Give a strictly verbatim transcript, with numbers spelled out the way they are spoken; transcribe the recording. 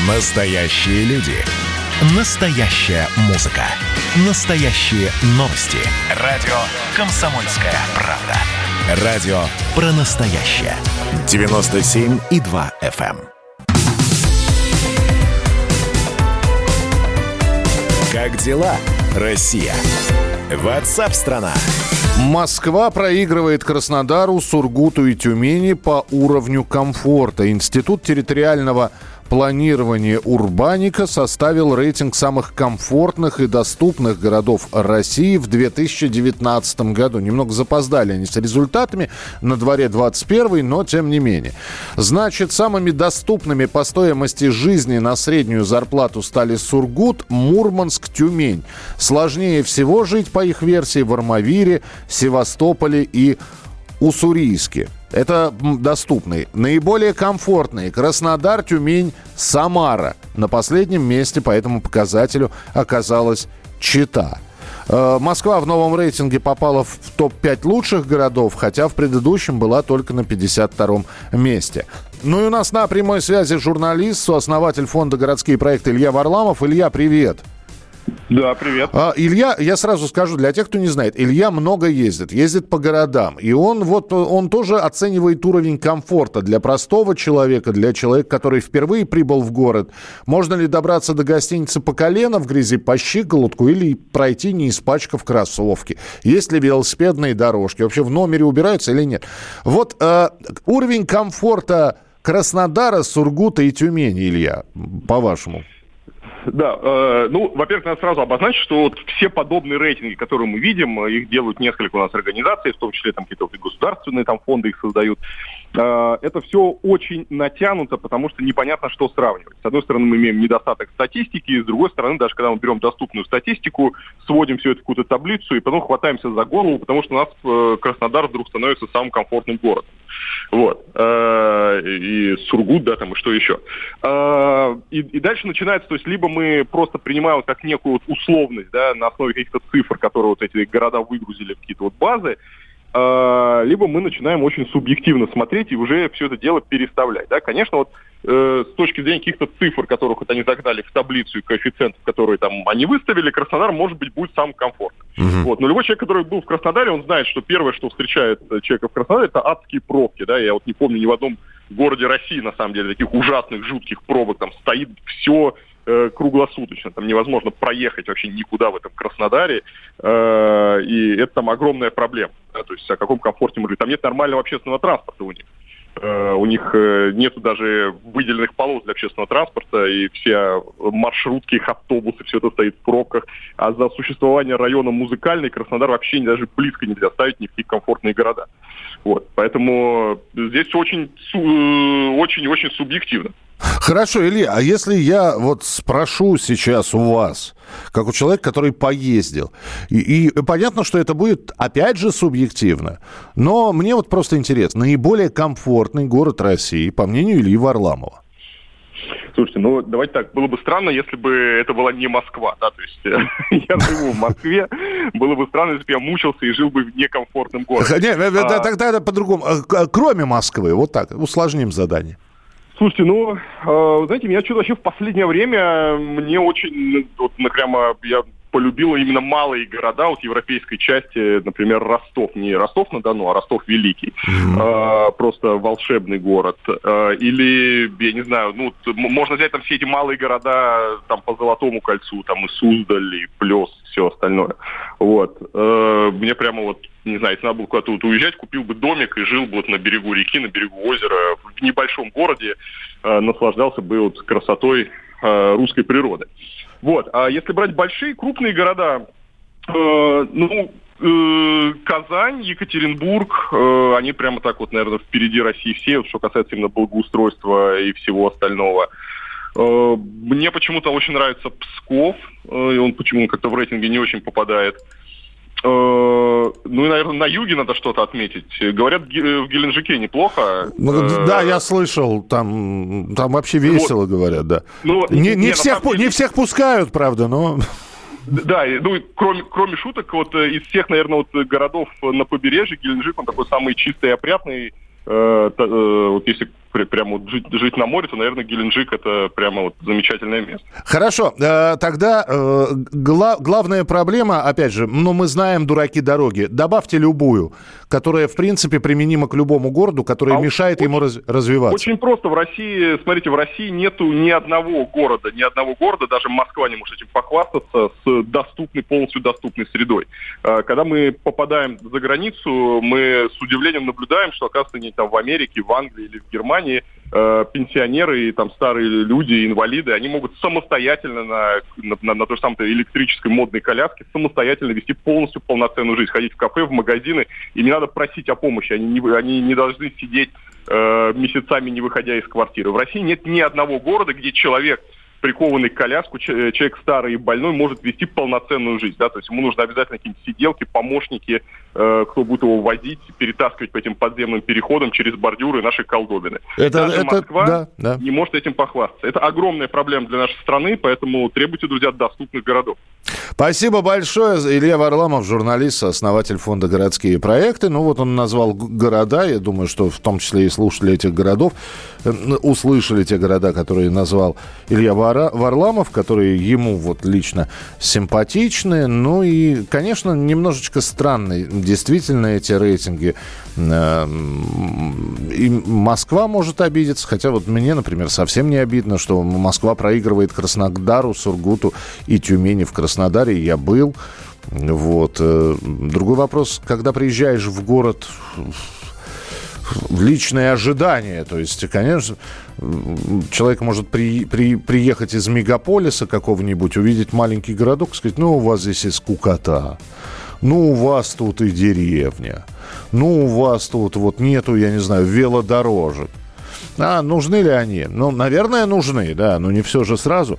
Настоящие люди. Настоящая музыка. Настоящие новости. Радио «Комсомольская правда». Радио про настоящее. девяносто семь и два эф эм. Как дела, Россия? Ватсап-страна! Москва проигрывает Краснодару, Сургуту и Тюмени по уровню комфорта. Институт территориального планирования Урбаника составил рейтинг самых комфортных и доступных городов России в две тысячи девятнадцатом году. Немного запоздали они с результатами. На дворе двадцать первый, но тем не менее. Значит, самыми доступными по стоимости жизни на среднюю зарплату стали Сургут, Мурманск, Тюмень. Сложнее всего жить, по их версии, в Армавире, Севастополе и Уссурийске. Это доступные. Наиболее комфортные: Краснодар, Тюмень, Самара. На последнем месте по этому показателю оказалась Чита. Э, Москва в новом рейтинге попала в топ пять лучших городов, хотя в предыдущем была только на пятьдесят втором месте. Ну и у нас на прямой связи журналист, сооснователь фонда «Городские проекты» Илья Варламов. Илья, привет. Да, привет. А, Илья, я сразу скажу, для тех, кто не знает, Илья много ездит, ездит по городам. И он вот, он тоже оценивает уровень комфорта для простого человека, для человека, который впервые прибыл в город. Можно ли добраться до гостиницы по колено в грязи, по щиколотку, или пройти, не испачкав кроссовки? Есть ли велосипедные дорожки? Вообще в номере убираются или нет? Вот э, уровень комфорта Краснодара, Сургута и Тюмени, Илья, по-вашему? Да, э, ну, во-первых, надо сразу обозначить, что вот все подобные рейтинги, которые мы видим, их делают несколько у нас организаций, в том числе там какие-то вот государственные там фонды их создают. Э, это все очень натянуто, потому что непонятно, что сравнивать. С одной стороны, мы имеем недостаток статистики, с другой стороны, даже когда мы берем доступную статистику, сводим все это в какую-то таблицу и потом хватаемся за голову, потому что у нас э, Краснодар вдруг становится самым комфортным городом. Вот. Э, и Сургут, да, там, и что еще. Э, и, и дальше начинается, то есть, либо мы просто принимаем как некую вот условность, да, на основе каких-то цифр, которые вот эти города выгрузили в какие-то вот базы, э, либо мы начинаем очень субъективно смотреть и уже все это дело переставлять. Да. Конечно, вот э, с точки зрения каких-то цифр, которых вот они загнали в таблицу и коэффициентов, которые там они выставили, Краснодар, может быть, будет самым комфортным. Uh-huh. Вот. Но любой человек, который был в Краснодаре, он знает, что первое, что встречает человека в Краснодаре, это адские пробки. Да. Я вот не помню ни в одном городе России, на самом деле, таких ужасных, жутких пробок. Там стоит все круглосуточно, там невозможно проехать вообще никуда в этом Краснодаре, э, и это там огромная проблема, да, то есть о каком комфорте мы говорим, там нет нормального общественного транспорта у них, э, у них э, нету даже выделенных полос для общественного транспорта, и все маршрутки, их автобусы, все это стоит в пробках, а за существование района музыкальный Краснодар вообще даже близко нельзя ставить ни в какие комфортные города. Вот, поэтому здесь очень, очень, очень субъективно. Хорошо, Илья, а если я вот спрошу сейчас у вас, как у человека, который поездил, и, и понятно, что это будет, опять же, субъективно, но мне вот просто интересно, наиболее комфортный город России, по мнению Ильи Варламова? Слушайте, ну давайте так, было бы странно, если бы это была не Москва, да, то есть я живу в Москве, было бы странно, если бы я мучился и жил бы в некомфортном городе. Нет, а... тогда по-другому, кроме Москвы, вот так, усложним задание. Слушайте, ну, э, знаете, меня что-то вообще в последнее время, мне очень, вот, прямо, я полюбил именно малые города, вот европейской части, например, Ростов, не Ростов-на-Дону, а Ростов-Великий, mm-hmm. э, просто волшебный город, э, или, я не знаю, ну, можно взять там все эти малые города, там, по Золотому кольцу, там, и Суздаль, и Плёс, все остальное, вот, э, мне прямо вот, не знаю, если надо было куда-то вот уезжать, купил бы домик и жил бы вот на берегу реки, на берегу озера, в небольшом городе, э, наслаждался бы вот красотой э, русской природы. Вот, а если брать большие, крупные города, э, ну, э, Казань, Екатеринбург, э, они прямо так вот, наверное, впереди России все, вот, что касается именно благоустройства и всего остального. Э, мне почему-то очень нравится Псков, э, и он почему-то как-то в рейтинге не очень попадает. Ну и, наверное, на юге надо что-то отметить. Говорят, в Геленджике неплохо. Ну, да, я слышал, там, там вообще весело, вот. Говорят, да. Ну, не, не, не, всех, деле... не всех пускают, правда, но... Да, ну, кроме, кроме шуток, вот из всех, наверное, вот городов на побережье Геленджик, он такой самый чистый и опрятный. Э, э, вот если прямо вот жить, жить на море, то, наверное, Геленджик – это прямо вот замечательное место. Хорошо. Тогда гла- главная проблема, опять же, ну, мы знаем дураки дороги. Добавьте любую, которая, в принципе, применима к любому городу, которая а мешает очень, ему раз- развиваться. Очень просто. В России, смотрите, в России нету ни одного города, ни одного города, даже Москва не может этим похвастаться, с доступной, полностью доступной средой. Когда мы попадаем за границу, мы с удивлением наблюдаем, что, оказывается, не там в Америке, в Англии или в Германии э, пенсионеры и там старые люди, инвалиды, они могут самостоятельно на, на, на той же самой электрической модной коляске самостоятельно вести полностью полноценную жизнь, ходить в кафе, в магазины, и не надо просить о помощи, они не, они не должны сидеть э, месяцами, не выходя из квартиры. В России нет ни одного города, где человек, прикованный к коляску, человек старый и больной, может вести полноценную жизнь. Да? То есть ему нужно обязательно какие-нибудь сиделки, помощники, э, кто будет его возить, перетаскивать по этим подземным переходам через бордюры наши колдобины. Это, Даже это, Москва да, да. не может этим похвастаться. Это огромная проблема для нашей страны, поэтому требуйте, друзья, доступных городов. Спасибо большое. Илья Варламов, журналист, основатель фонда «Городские проекты». Ну вот он назвал города. Я думаю, что в том числе и слушатели этих городов услышали те города, которые назвал Илья Варламов, которые ему вот лично симпатичны. Ну и, конечно, немножечко странные действительно эти рейтинги. И Москва может обидеться, хотя вот мне, например, совсем не обидно, что Москва проигрывает Краснодару, Сургуту и Тюмени. В Краснодаре я был. Вот. Другой вопрос, когда приезжаешь в город в личное ожидание, то есть, конечно, человек может при, при, приехать из мегаполиса какого-нибудь, увидеть маленький городок и сказать, ну, у вас здесь и скукота, ну, у вас тут и деревня, ну, у вас тут вот нету, я не знаю, велодорожек. А нужны ли они? Ну, наверное, нужны, да, но не все же сразу.